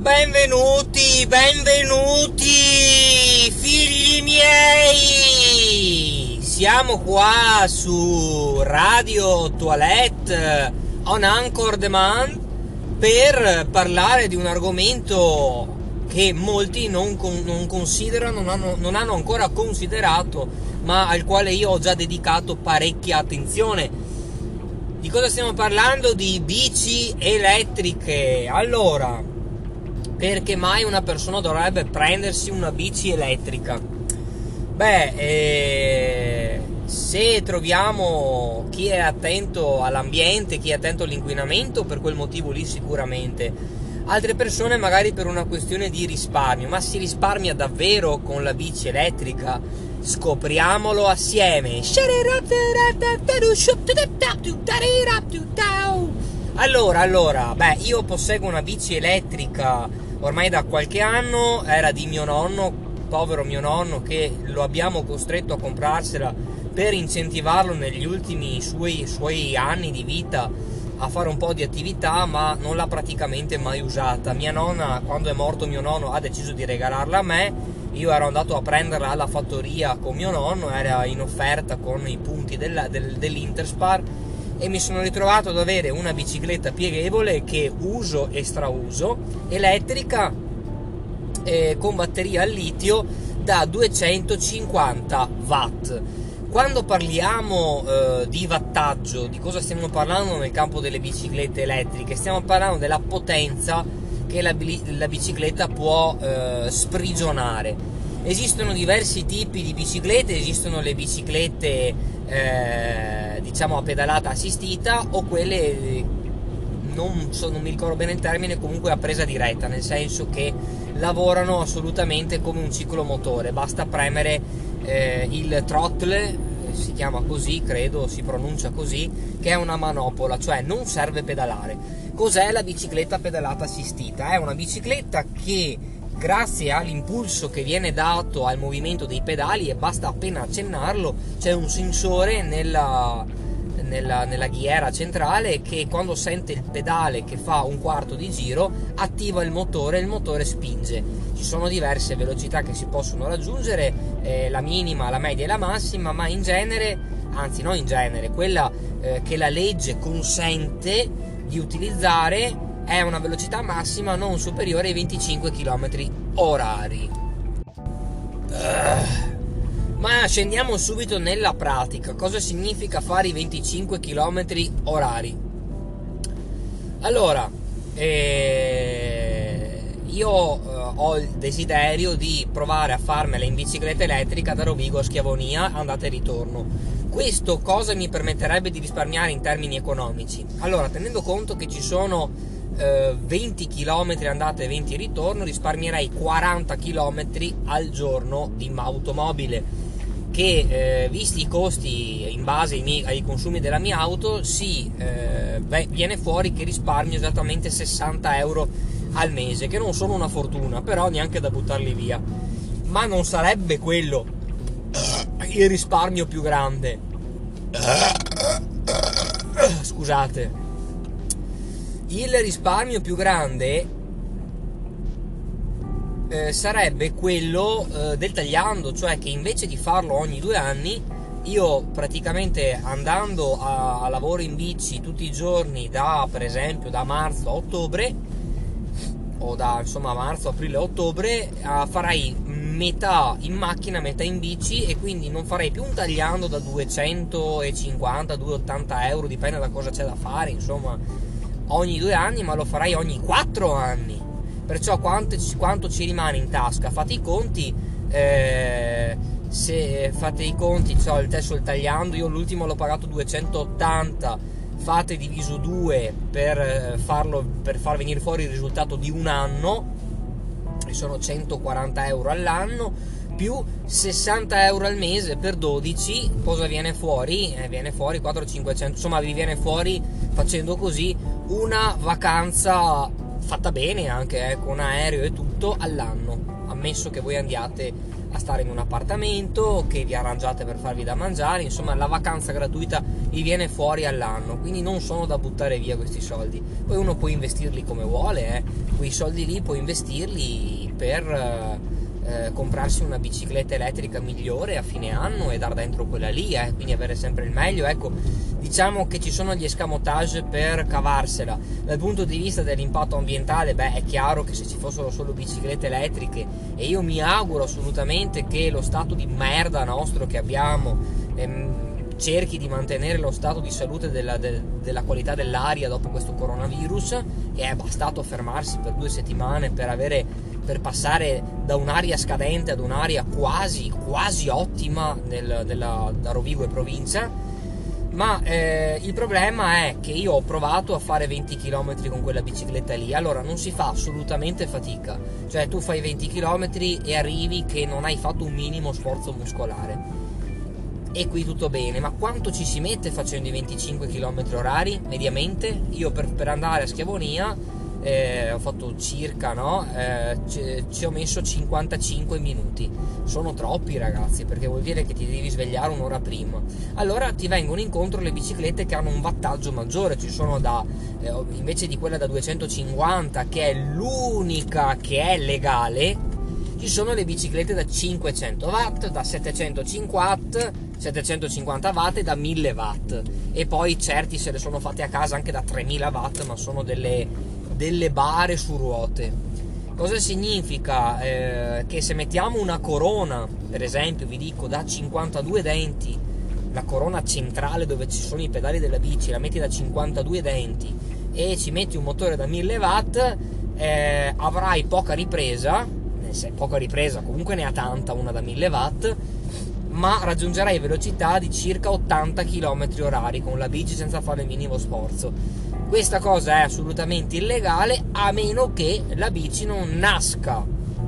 Benvenuti, figli miei! Siamo qua su Radio Toilette on Anchor Demand per parlare di un argomento che molti non considerano, non hanno ancora considerato, ma al quale io ho già dedicato parecchia attenzione. Di cosa stiamo parlando? Di bici elettriche. Allora, perché mai una persona dovrebbe prendersi una bici elettrica? Se troviamo chi è attento all'ambiente, chi è attento all'inquinamento, per quel motivo lì sicuramente. Altre persone magari per una questione di risparmio. Ma si risparmia davvero con la bici elettrica? Scopriamolo assieme. Allora, io posseggo una bici elettrica ormai da qualche anno, era di mio nonno, povero mio nonno, che lo abbiamo costretto a comprarsela per incentivarlo negli ultimi suoi anni di vita a fare un po' di attività, ma non l'ha praticamente mai usata. Mia nonna, quando è morto mio nonno, ha deciso di regalarla a me. Io ero andato a prenderla alla fattoria con mio nonno, era in offerta con i punti dell'Interspar, e mi sono ritrovato ad avere una bicicletta pieghevole che uso e strauso, elettrica, con batteria al litio da 250 watt. Quando parliamo di wattaggio, di cosa stiamo parlando nel campo delle biciclette elettriche? Stiamo parlando della potenza che la bicicletta può sprigionare. Esistono diversi tipi di biciclette, esistono le biciclette diciamo a pedalata assistita, o quelle non mi ricordo bene il termine, comunque a presa diretta, nel senso che lavorano assolutamente come un ciclomotore, basta premere il throttle, si chiama così, credo si pronuncia così, che è una manopola, cioè non serve pedalare. Cos'è la bicicletta pedalata assistita? È una bicicletta che, grazie all'impulso che viene dato al movimento dei pedali, e basta appena accennarlo, c'è un sensore nella ghiera centrale che, quando sente il pedale che fa un quarto di giro, attiva il motore e il motore spinge. Ci sono diverse velocità che si possono raggiungere, la minima, la media e la massima, ma quella che la legge consente di utilizzare è una velocità massima non superiore ai 25 km orari. Ma scendiamo subito nella pratica. Cosa significa fare i 25 km orari? Allora, io ho il desiderio di provare a farmela in bicicletta elettrica da Rovigo a Schiavonia, andata e ritorno. Questo cosa mi permetterebbe di risparmiare in termini economici? Allora, tenendo conto che ci sono 20 km andata e 20 ritorno, risparmierei 40 km al giorno di automobile, che visti i costi in base ai consumi della mia auto, viene fuori che risparmio esattamente 60 euro al mese, che non sono una fortuna, però neanche da buttarli via. Ma non sarebbe quello il risparmio più grande. Scusate. Il risparmio più grande sarebbe quello del tagliando, cioè che invece di farlo ogni 2 anni, io praticamente, andando a lavoro in bici tutti i giorni per esempio da marzo a ottobre, o marzo, aprile, ottobre, farei metà in macchina, metà in bici, e quindi non farei più un tagliando da 250, 280 euro, dipende da cosa c'è da fare, ogni 2 anni, ma lo farei ogni 4 anni. Perciò quanto ci rimane in tasca? Fate i conti, se fate i conti, adesso il tagliando, io l'ultimo l'ho pagato 280, fate diviso 2 per far venire fuori il risultato di un anno, e sono 140 euro all'anno, più 60 euro al mese per 12, cosa viene fuori? Viene fuori 400-500, insomma vi viene fuori, facendo così, una vacanza fatta bene anche, con aereo e tutto, all'anno. ammesso che voi andiate a stare in un appartamento, che vi arrangiate per farvi da mangiare, insomma la vacanza gratuita vi viene fuori all'anno, quindi non sono da buttare via questi soldi. Poi uno può investirli come vuole, quei soldi lì può investirli per comprarsi una bicicletta elettrica migliore a fine anno e dar dentro quella lì, quindi avere sempre il meglio. Ecco, diciamo che ci sono gli escamotage per cavarsela. Dal punto di vista dell'impatto ambientale, è chiaro che se ci fossero solo biciclette elettriche, e io mi auguro assolutamente che lo stato di merda nostro che abbiamo cerchi di mantenere lo stato di salute della qualità dell'aria dopo questo coronavirus, che è bastato fermarsi per 2 settimane per passare da un'aria scadente ad un'aria quasi ottima da Rovigo e provincia. Ma il problema è che io ho provato a fare 20 km con quella bicicletta lì. Allora non si fa assolutamente fatica, cioè tu fai 20 km e arrivi che non hai fatto un minimo sforzo muscolare, e qui tutto bene. Ma quanto ci si mette facendo i 25 km orari mediamente? Io per andare a Schiavonia ho fatto circa, ci ho messo 55 minuti. Sono troppi, ragazzi, perché vuol dire che ti devi svegliare un'ora prima. Allora ti vengono incontro le biciclette che hanno un wattaggio maggiore. Ci sono invece di quella da 250, che è l'unica che è legale, ci sono le biciclette da 500 watt, da 750 watt e da 1000 watt, e poi certi se le sono fatte a casa anche da 3000 watt, ma sono delle bare su ruote. Cosa significa? Che se mettiamo una corona, per esempio, vi dico, da 52 denti, la corona centrale dove ci sono i pedali della bici, la metti da 52 denti e ci metti un motore da 1000 watt, avrai poca ripresa. Se poca ripresa, comunque ne ha tanta una da 1000 watt, ma raggiungerai velocità di circa 80 km orari con la bici senza fare il minimo sforzo. Questa cosa è assolutamente illegale, a meno che la bici non nasca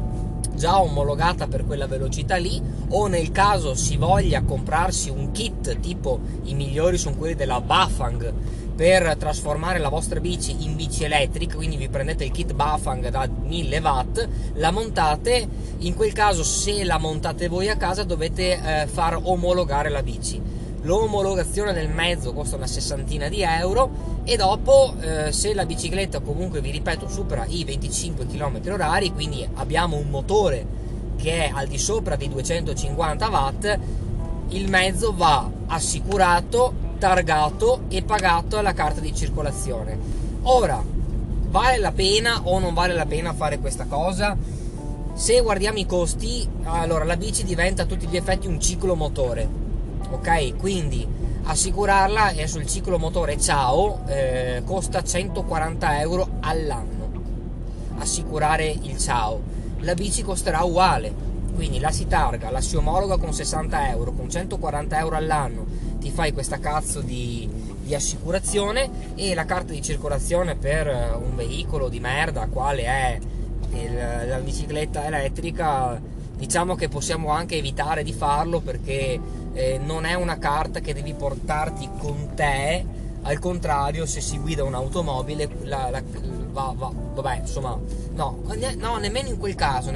già omologata per quella velocità lì, o nel caso si voglia comprarsi un kit, tipo i migliori sono quelli della Bafang, per trasformare la vostra bici in bici elettrica. Quindi vi prendete il kit Bafang da 1000 watt, la montate. In quel caso, se la montate voi a casa, dovete far omologare la bici. L'omologazione del mezzo costa una 60 di euro, e dopo se la bicicletta, comunque vi ripeto, supera i 25 km orari, quindi abbiamo un motore che è al di sopra dei 250 watt, il mezzo va assicurato, targato e pagato alla carta di circolazione. Ora, vale la pena o non vale la pena fare questa cosa? Se guardiamo i costi, allora la bici diventa a tutti gli effetti un ciclomotore, ok? Quindi assicurarla è sul ciclomotore ciao, costa 140 euro all'anno assicurare il ciao. La bici costerà uguale, quindi la si targa, la si omologa con 60 euro, con 140 euro all'anno ti fai questa cazzo di assicurazione, e la carta di circolazione per un veicolo di merda quale è la bicicletta elettrica, diciamo che possiamo anche evitare di farlo, perché non è una carta che devi portarti con te. Al contrario, se si guida un'automobile vabbè, insomma, no, nemmeno in quel caso,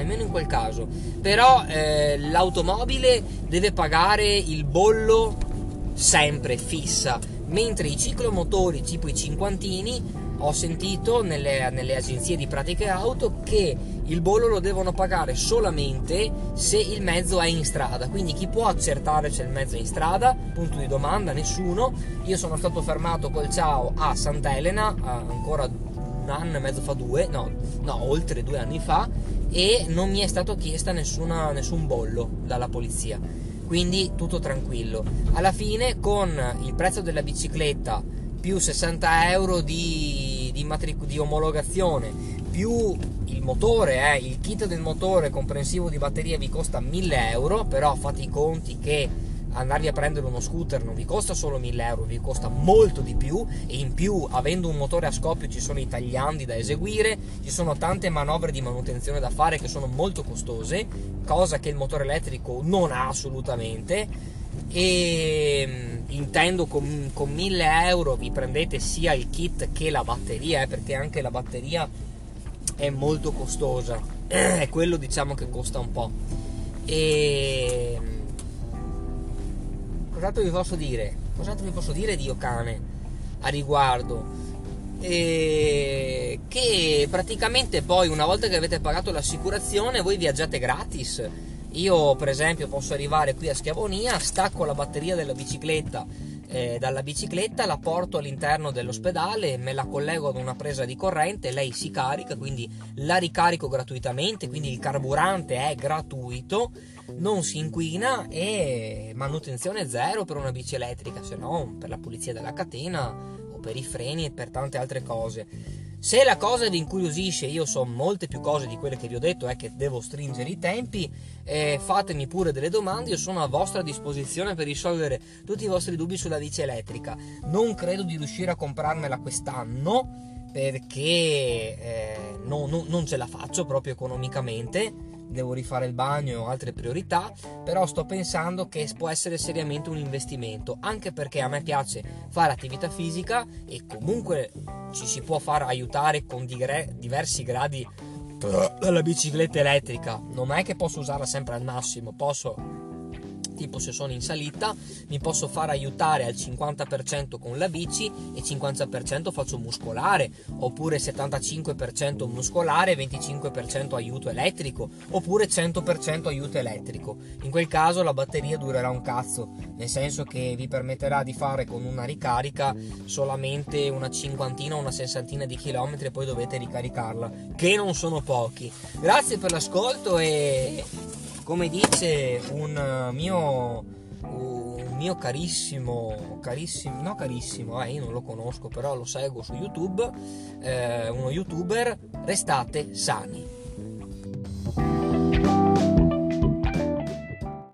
però l'automobile deve pagare il bollo sempre fissa, mentre i ciclomotori tipo i cinquantini, ho sentito nelle agenzie di pratiche auto che il bollo lo devono pagare solamente se il mezzo è in strada. Quindi chi può accertare se il mezzo è in strada? Punto di domanda, nessuno. Io sono stato fermato col ciao a Sant'Elena ancora un anno e mezzo fa, oltre 2 anni fa, e non mi è stato chiesta nessun bollo dalla polizia, quindi tutto tranquillo. Alla fine, con il prezzo della bicicletta più 60 euro di omologazione, più il motore, il kit del motore comprensivo di batteria, vi costa 1000 euro. Però fate i conti che andarvi a prendere uno scooter non vi costa solo 1000 euro, vi costa molto di più, e in più, avendo un motore a scoppio, ci sono i tagliandi da eseguire, ci sono tante manovre di manutenzione da fare che sono molto costose, cosa che il motore elettrico non ha assolutamente. E intendo con 1000 euro vi prendete sia il kit che la batteria, perché anche la batteria è molto costosa. è quello, diciamo, che costa un po'. E cos'altro vi posso dire? Cos'altro vi posso dire di Io Cane a riguardo? Che praticamente poi, una volta che avete pagato l'assicurazione, voi viaggiate gratis. Io per esempio posso arrivare qui a Schiavonia, stacco la batteria della bicicletta dalla bicicletta, la porto all'interno dell'ospedale, me la collego ad una presa di corrente, lei si carica, quindi la ricarico gratuitamente, quindi il carburante è gratuito, non si inquina e manutenzione zero per una bici elettrica, se no per la pulizia della catena o per i freni e per tante altre cose. Se la cosa vi incuriosisce, io so molte più cose di quelle che vi ho detto, è che devo stringere i tempi, fatemi pure delle domande, io sono a vostra disposizione per risolvere tutti i vostri dubbi sulla bici elettrica. Non credo di riuscire a comprarmela quest'anno perché non ce la faccio proprio economicamente, devo rifare il bagno e ho altre priorità, però sto pensando che può essere seriamente un investimento, anche perché a me piace fare attività fisica e comunque ci si può far aiutare con diversi gradi dalla bicicletta elettrica. Non è che posso usarla sempre al massimo, posso, tipo se sono in salita, mi posso far aiutare al 50% con la bici e 50% faccio muscolare, oppure 75% muscolare e 25% aiuto elettrico, oppure 100% aiuto elettrico. In quel caso la batteria durerà un cazzo, nel senso che vi permetterà di fare con una ricarica solamente una cinquantina o una sessantina di chilometri e poi dovete ricaricarla, che non sono pochi. Grazie per l'ascolto e, come dice un mio carissimo, io non lo conosco, però lo seguo su YouTube, uno youtuber, restate sani.